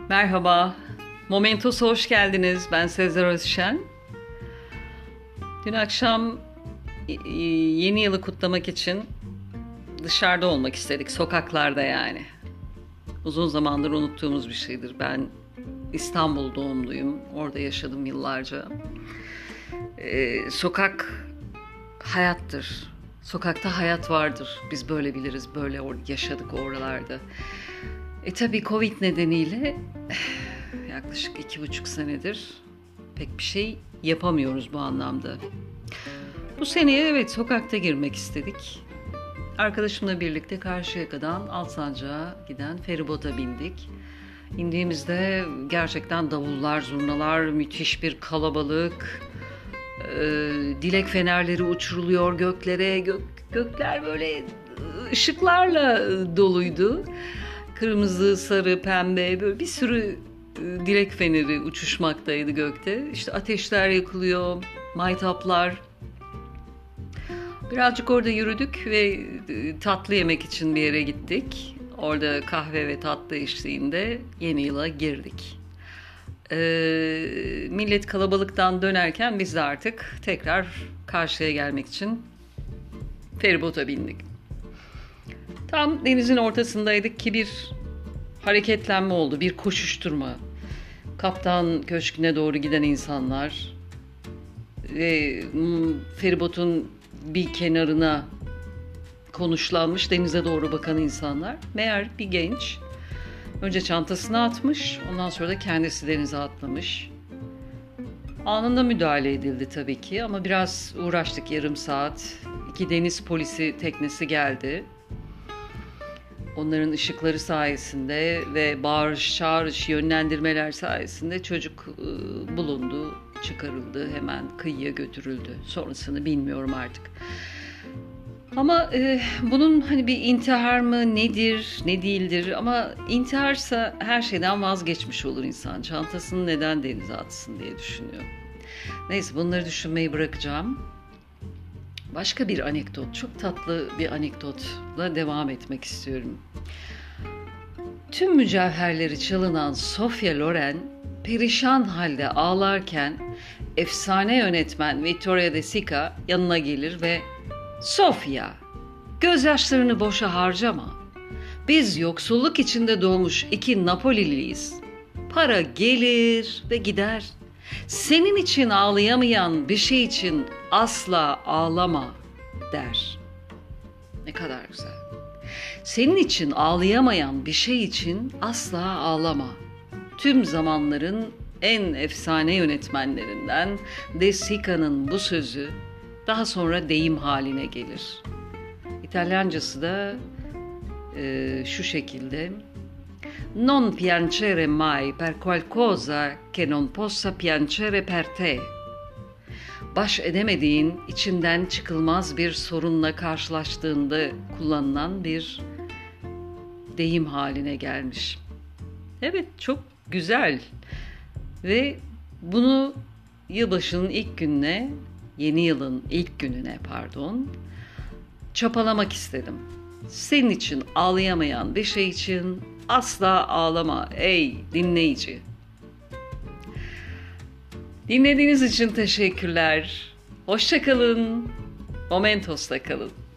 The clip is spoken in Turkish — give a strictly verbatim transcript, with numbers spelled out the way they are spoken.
Merhaba, Momentos'a hoş geldiniz. Ben Sezer Özşen. Dün akşam e, yeni yılı kutlamak için dışarıda olmak istedik, sokaklarda yani. Uzun zamandır unuttuğumuz bir şeydir. Ben İstanbul doğumluyum, orada yaşadım yıllarca. Ee, sokak hayattır. Sokakta hayat vardır. Biz böyle biliriz, böyle or- yaşadık oralarda. E tabii Covid nedeniyle yaklaşık iki buçuk senedir pek bir şey yapamıyoruz bu anlamda. Bu seneye evet sokakta girmek istedik. Arkadaşımla birlikte Karşıyaka'dan Alsancak'a giden feribota bindik. İndiğimizde gerçekten davullar, zurnalar, müthiş bir kalabalık. Ee, dilek fenerleri uçuruluyor göklere. Gök, gökler böyle ışıklarla doluydu. Kırmızı, sarı, pembe böyle bir sürü dilek feneri uçuşmaktaydı gökte. İşte ateşler yakılıyor, maytaplar. Birazcık orada yürüdük ve tatlı yemek için bir yere gittik. Orada kahve ve tatlı eşliğinde yeni yıla girdik. Ee, millet kalabalıktan dönerken biz de artık tekrar karşıya gelmek için feribota bindik. Tam denizin ortasındaydık ki bir hareketlenme oldu, bir koşuşturma. Kaptan Köşkü'ne doğru giden insanlar ve feribotun bir kenarına konuşlanmış denize doğru bakan insanlar. Meğer bir genç önce çantasını atmış, ondan sonra da kendisi denize atlamış. Anında müdahale edildi tabii ki ama biraz uğraştık yarım saat. İki deniz polisi teknesi geldi. Onların ışıkları sayesinde ve bağırış çağırış yönlendirmeler sayesinde çocuk e, bulundu, çıkarıldı, hemen kıyıya götürüldü. Sonrasını bilmiyorum artık. Ama e, bunun hani bir intihar mı nedir, ne değildir ama intiharsa her şeyden vazgeçmiş olur insan. Çantasını neden denize atsın diye düşünüyor. Neyse bunları düşünmeyi bırakacağım. Başka bir anekdot, çok tatlı bir anekdotla devam etmek istiyorum. Tüm mücevherleri çalınan Sofia Loren perişan halde ağlarken efsane yönetmen Vittorio De Sica yanına gelir ve "Sofia, gözyaşlarını boşa harcama. Biz yoksulluk içinde doğmuş iki Napoliliyiz. Para gelir ve gider. Senin için ağlayamayan bir şey için asla ağlama" der. Ne kadar güzel. Senin için ağlayamayan bir şey için asla ağlama. Tüm zamanların en efsane yönetmenlerinden De Sica'nın bu sözü daha sonra deyim haline gelir. İtalyancası da e, şu şekilde: "Non piangere mai per qualcosa che non possa piangere per te." Baş edemediğin, içinden çıkılmaz bir sorunla karşılaştığında kullanılan bir deyim haline gelmiş. Evet, çok güzel. Ve bunu yılbaşının ilk gününe, yeni yılın ilk gününe pardon, çapalamak istedim. Senin için ağlayamayan bir şey için asla ağlama ey dinleyici. Dinlediğiniz için teşekkürler. Hoşça kalın. Momentos'ta kalın.